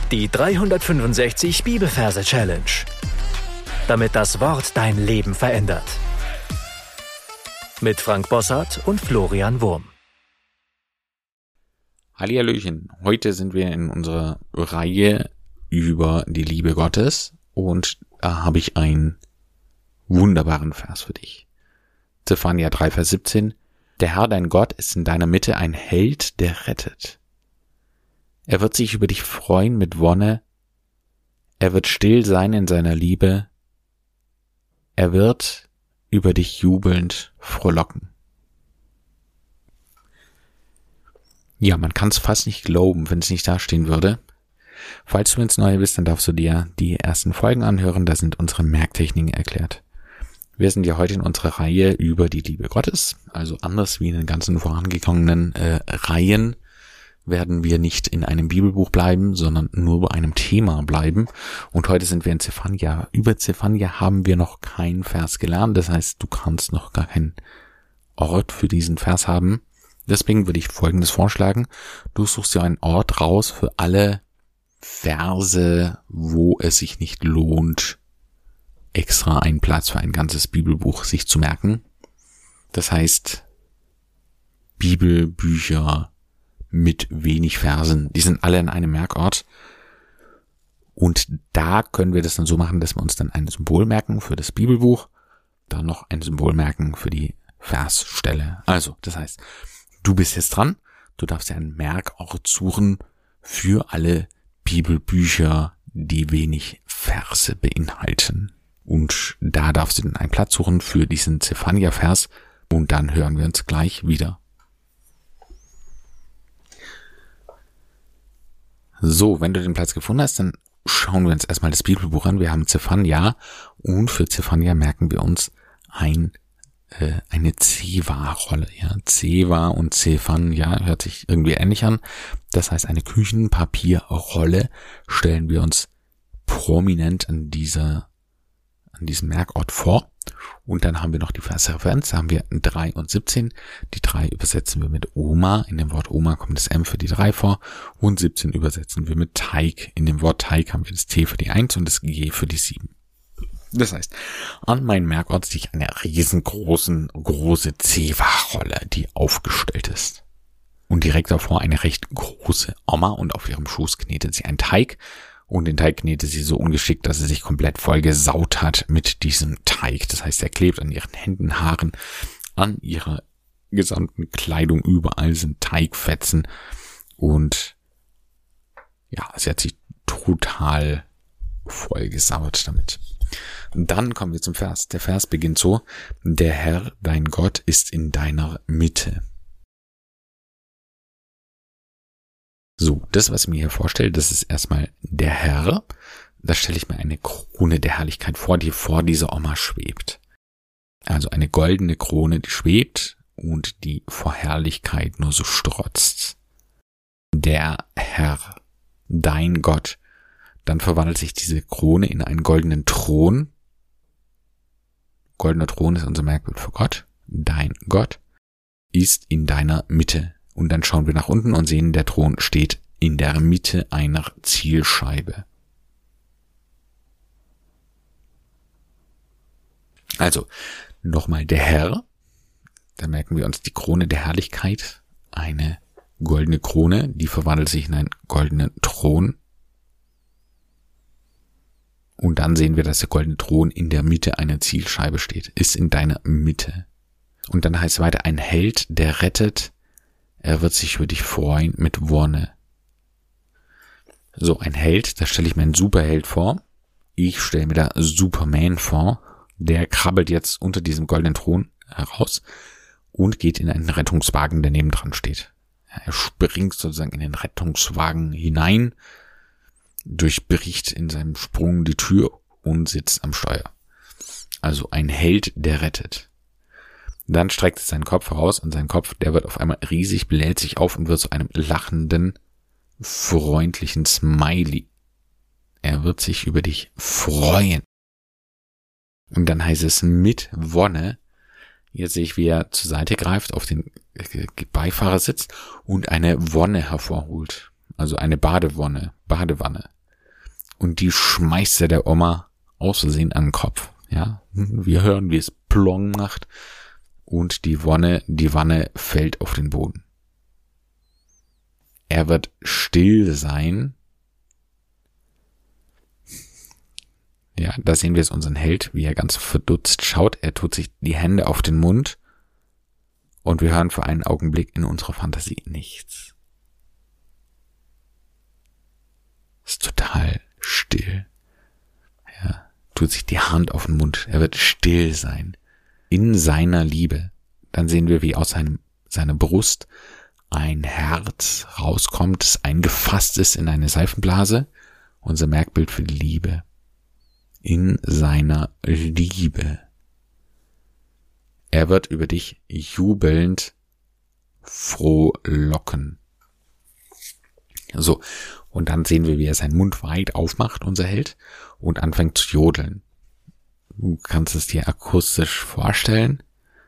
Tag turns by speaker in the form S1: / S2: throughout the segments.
S1: Die 365 Bibelverse Challenge. Damit das Wort dein Leben verändert. Mit Frank Bossart und Florian Wurm.
S2: Hallihallöchen, heute sind wir in unserer Reihe über die Liebe Gottes und da habe ich einen wunderbaren Vers für dich. Zephania 3, Vers 17. Der Herr, dein Gott, ist in deiner Mitte ein Held, der rettet. Er wird sich über dich freuen mit Wonne. Er wird still sein in seiner Liebe. Er wird über dich jubelnd frohlocken. Ja, man kann es fast nicht glauben, wenn es nicht dastehen würde. Falls du ins Neue bist, dann darfst du dir die ersten Folgen anhören, da sind unsere Merktechniken erklärt. Wir sind ja heute in unserer Reihe über die Liebe Gottes, also anders wie in den ganzen vorangegangenen Reihen werden wir nicht in einem Bibelbuch bleiben, sondern nur bei einem Thema bleiben. Und heute sind wir in Zephania. Über Zephania haben wir noch keinen Vers gelernt, das heißt, du kannst noch gar keinen Ort für diesen Vers haben. Deswegen würde ich Folgendes vorschlagen. Du suchst dir einen Ort raus für alle Verse, wo es sich nicht lohnt, extra einen Platz für ein ganzes Bibelbuch sich zu merken. Das heißt, Bibelbücher mit wenig Versen, die sind alle in einem Merkort. Und da können wir das dann so machen, dass wir uns dann ein Symbol merken für das Bibelbuch, dann noch ein Symbol merken für die Versstelle. Also, das heißt, du bist jetzt dran, du darfst dir einen Merkort suchen für alle Bibelbücher, die wenig Verse beinhalten. Und da darfst du dann einen Platz suchen für diesen Zephania-Vers und dann hören wir uns gleich wieder. So, wenn du den Platz gefunden hast, dann schauen wir uns erstmal das Bibelbuch an. Wir haben Zephania und für Zephania merken wir uns eine Zewa-Rolle. Ja, Zewa und Zephania hört sich irgendwie ähnlich an. Das heißt, eine Küchenpapierrolle stellen wir uns prominent an diesem Merkort vor. Und dann haben wir noch die Versreferenz, da haben wir 3 und 17. Die 3 übersetzen wir mit Oma. In dem Wort Oma kommt das M für die 3 vor. Und 17 übersetzen wir mit Teig. In dem Wort Teig haben wir das T für die 1 und das G für die 7. Das heißt, an meinem Merkort sehe ich eine große Zewa-Rolle, die aufgestellt ist. Und direkt davor eine recht große Oma und auf ihrem Schoß knetet sie einen Teig. Und den Teig knete sie so ungeschickt, dass sie sich komplett vollgesaut hat mit diesem Teig. Das heißt, er klebt an ihren Händen, Haaren, an ihrer gesamten Kleidung. Überall sind Teigfetzen. Und ja, sie hat sich total vollgesaut damit. Und dann kommen wir zum Vers. Der Vers beginnt so: Der Herr, dein Gott, ist in deiner Mitte. So, das, was ich mir hier vorstelle, das ist erstmal der Herr. Da stelle ich mir eine Krone der Herrlichkeit vor, die vor dieser Oma schwebt. Also eine goldene Krone, die schwebt und die vor Herrlichkeit nur so strotzt. Der Herr, dein Gott. Dann verwandelt sich diese Krone in einen goldenen Thron. Goldener Thron ist unser Merkbild für Gott. Dein Gott ist in deiner Mitte. Und dann schauen wir nach unten und sehen, der Thron steht in der Mitte einer Zielscheibe. Also, nochmal der Herr. Da merken wir uns die Krone der Herrlichkeit. Eine goldene Krone, die verwandelt sich in einen goldenen Thron. Und dann sehen wir, dass der goldene Thron in der Mitte einer Zielscheibe steht. Ist in deiner Mitte. Und dann heißt es weiter, ein Held, der rettet. Er wird sich über dich freuen mit Wonne. So, ein Held, da stelle ich mir einen Superheld vor. Ich stelle mir da Superman vor. Der krabbelt jetzt unter diesem goldenen Thron heraus und geht in einen Rettungswagen, der nebendran steht. Er springt sozusagen in den Rettungswagen hinein, durchbricht in seinem Sprung die Tür und sitzt am Steuer. Also ein Held, der rettet. Dann streckt es seinen Kopf heraus und sein Kopf, der wird auf einmal riesig, bläht sich auf und wird zu einem lachenden, freundlichen Smiley. Er wird sich über dich freuen. Und dann heißt es mit Wonne. Jetzt sehe ich, wie er zur Seite greift, auf den Beifahrersitz und eine Wonne hervorholt. Also eine Badewanne. und die schmeißt er der Oma aus Versehen an den Kopf. Ja, wir hören, wie es Plong macht und die Wanne fällt auf den Boden. Er wird still sein. Ja, da sehen wir jetzt unseren Held, wie er ganz verdutzt schaut. Er tut sich die Hände auf den Mund und wir hören für einen Augenblick in unserer Fantasie nichts. Ist total still. Ja, tut sich die Hand auf den Mund. Er wird still sein. In seiner Liebe. Dann sehen wir, wie aus seiner Brust ein Herz rauskommt, das eingefasst ist in eine Seifenblase. Unser Merkbild für die Liebe. In seiner Liebe. Er wird über dich jubelnd frohlocken. So, und dann sehen wir, wie er seinen Mund weit aufmacht, unser Held, und anfängt zu jodeln. Du kannst es dir akustisch vorstellen.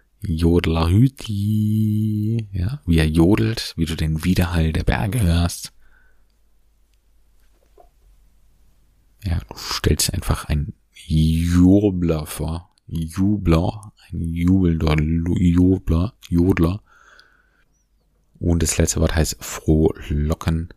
S2: Jodlerhüti, ja, wie er jodelt, wie du den Widerhall der Berge hörst. Ja, du stellst dir einfach einen Jubler vor. Jubler, ein jubelnder Jodler. Und das letzte Wort heißt frohlocken.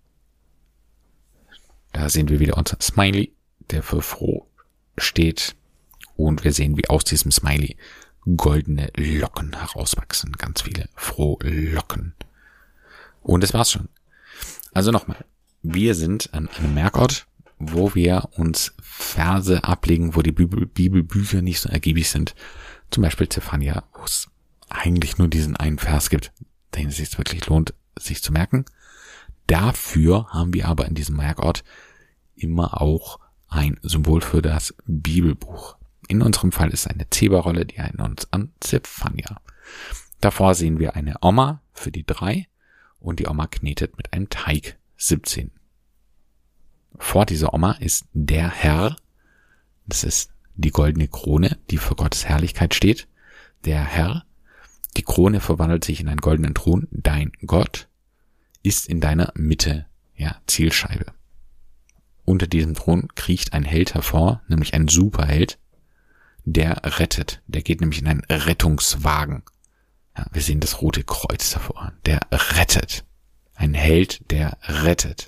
S2: Da sehen wir wieder unser Smiley, der für froh steht. Und wir sehen, wie aus diesem Smiley goldene Locken herauswachsen. Ganz viele Frohlocken. Und das war's schon. Also nochmal. Wir sind an einem Merkort, wo wir uns Verse ablegen, wo die Bibelbücher nicht so ergiebig sind. Zum Beispiel Zephania, wo es eigentlich nur diesen einen Vers gibt, den es sich wirklich lohnt, sich zu merken. Dafür haben wir aber in diesem Merkort immer auch ein Symbol für das Bibelbuch. In unserem Fall ist es eine Zeberrolle, die erinnert uns an Zephania. Davor sehen wir eine Oma für die 3 und die Oma knetet mit einem Teig 17. Vor dieser Oma ist der Herr, das ist die goldene Krone, die für Gottes Herrlichkeit steht. Der Herr, die Krone verwandelt sich in einen goldenen Thron, dein Gott ist in deiner Mitte, ja, Zielscheibe. Unter diesem Thron kriecht ein Held hervor, nämlich ein Superheld, der rettet. Der geht nämlich in einen Rettungswagen. Ja, wir sehen das rote Kreuz davor. Der rettet. Ein Held, der rettet.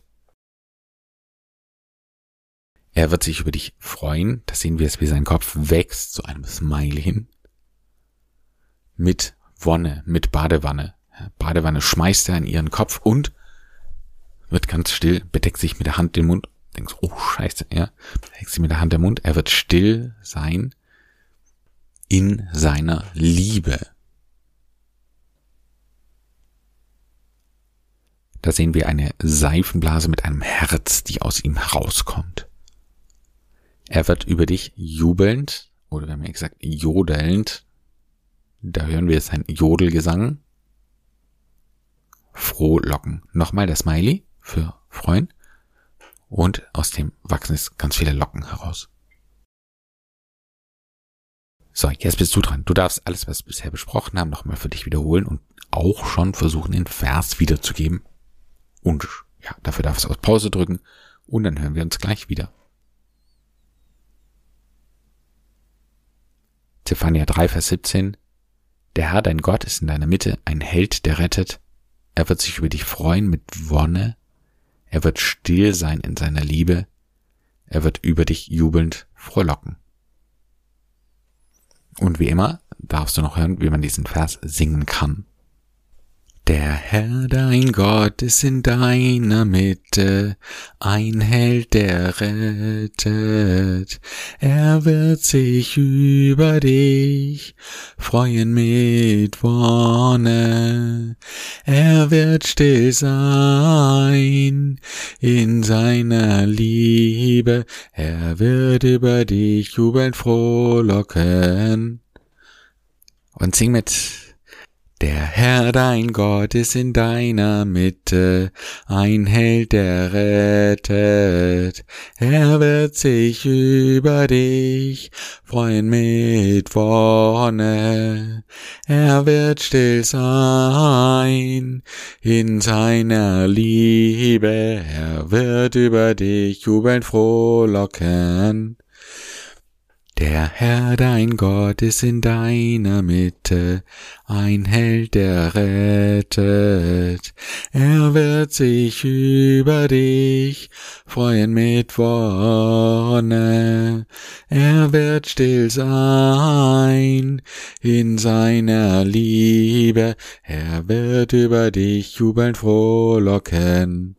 S2: Er wird sich über dich freuen. Da sehen wir es, wie sein Kopf wächst zu einem Smiley hin. Mit Wonne, mit Badewanne. Ja, Badewanne schmeißt er in ihren Kopf und wird ganz still, bedeckt sich mit der Hand den Mund. Denkst, oh Scheiße, ja. Bedeckt sich mit der Hand den Mund. Er wird still sein in seiner Liebe. Da sehen wir eine Seifenblase mit einem Herz, die aus ihm herauskommt. Er wird über dich jubelnd, oder wir haben ja gesagt jodelnd, da hören wir sein Jodelgesang, frohlocken. Nochmal der Smiley für freuen und aus dem wachsen jetzt ganz viele Locken heraus. So, jetzt bist du dran. Du darfst alles, was wir bisher besprochen haben, nochmal für dich wiederholen und auch schon versuchen, den Vers wiederzugeben. Und ja, dafür darfst du auf Pause drücken und dann hören wir uns gleich wieder. Zephania 3, Vers 17. Der Herr, dein Gott, ist in deiner Mitte, ein Held, der rettet. Er wird sich über dich freuen mit Wonne. Er wird still sein in seiner Liebe. Er wird über dich jubelnd frohlocken. Und wie immer darfst du noch hören, wie man diesen Vers singen kann. Der Herr, dein Gott, ist in deiner Mitte, ein Held, der rettet. Er wird sich über dich freuen mit Wonne. Er wird still sein in seiner Liebe. Er wird über dich jubelnd frohlocken. Und sing mit. Der Herr, dein Gott, ist in deiner Mitte, ein Held, der rettet. Er wird sich über dich freuen mit Wonne. Er wird still sein in seiner Liebe. Er wird über dich jubelnd frohlocken. Der Herr, dein Gott, ist in deiner Mitte, ein Held, der rettet. Er wird sich über dich freuen mit Wonne. Er wird still sein in seiner Liebe. Er wird über dich jubelnd frohlocken.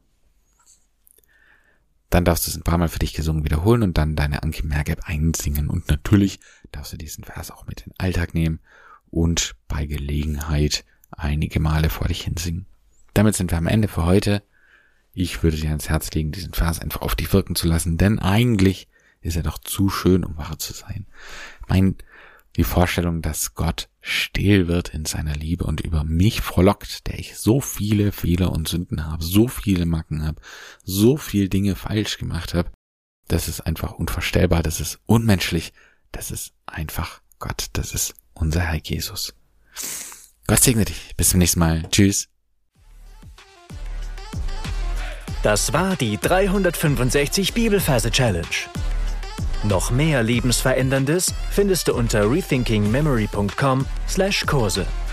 S2: Dann darfst du es ein paar Mal für dich gesungen wiederholen und dann deine Anke Mergeb einsingen. Und natürlich darfst du diesen Vers auch mit in den Alltag nehmen und bei Gelegenheit einige Male vor dich hinsingen. Damit sind wir am Ende für heute. Ich würde dir ans Herz legen, diesen Vers einfach auf dich wirken zu lassen, denn eigentlich ist er doch zu schön, um wahr zu sein. Die Vorstellung, dass Gott still wird in seiner Liebe und über mich frohlockt, der ich so viele Fehler und Sünden habe, so viele Macken habe, so viele Dinge falsch gemacht habe, das ist einfach unvorstellbar, das ist unmenschlich, das ist einfach Gott, das ist unser Herr Jesus. Gott segne dich, bis zum nächsten Mal, tschüss.
S1: Das war die 365 Bibelverse Challenge. Noch mehr Lebensveränderndes findest du unter rethinkingmemory.com/Kurse.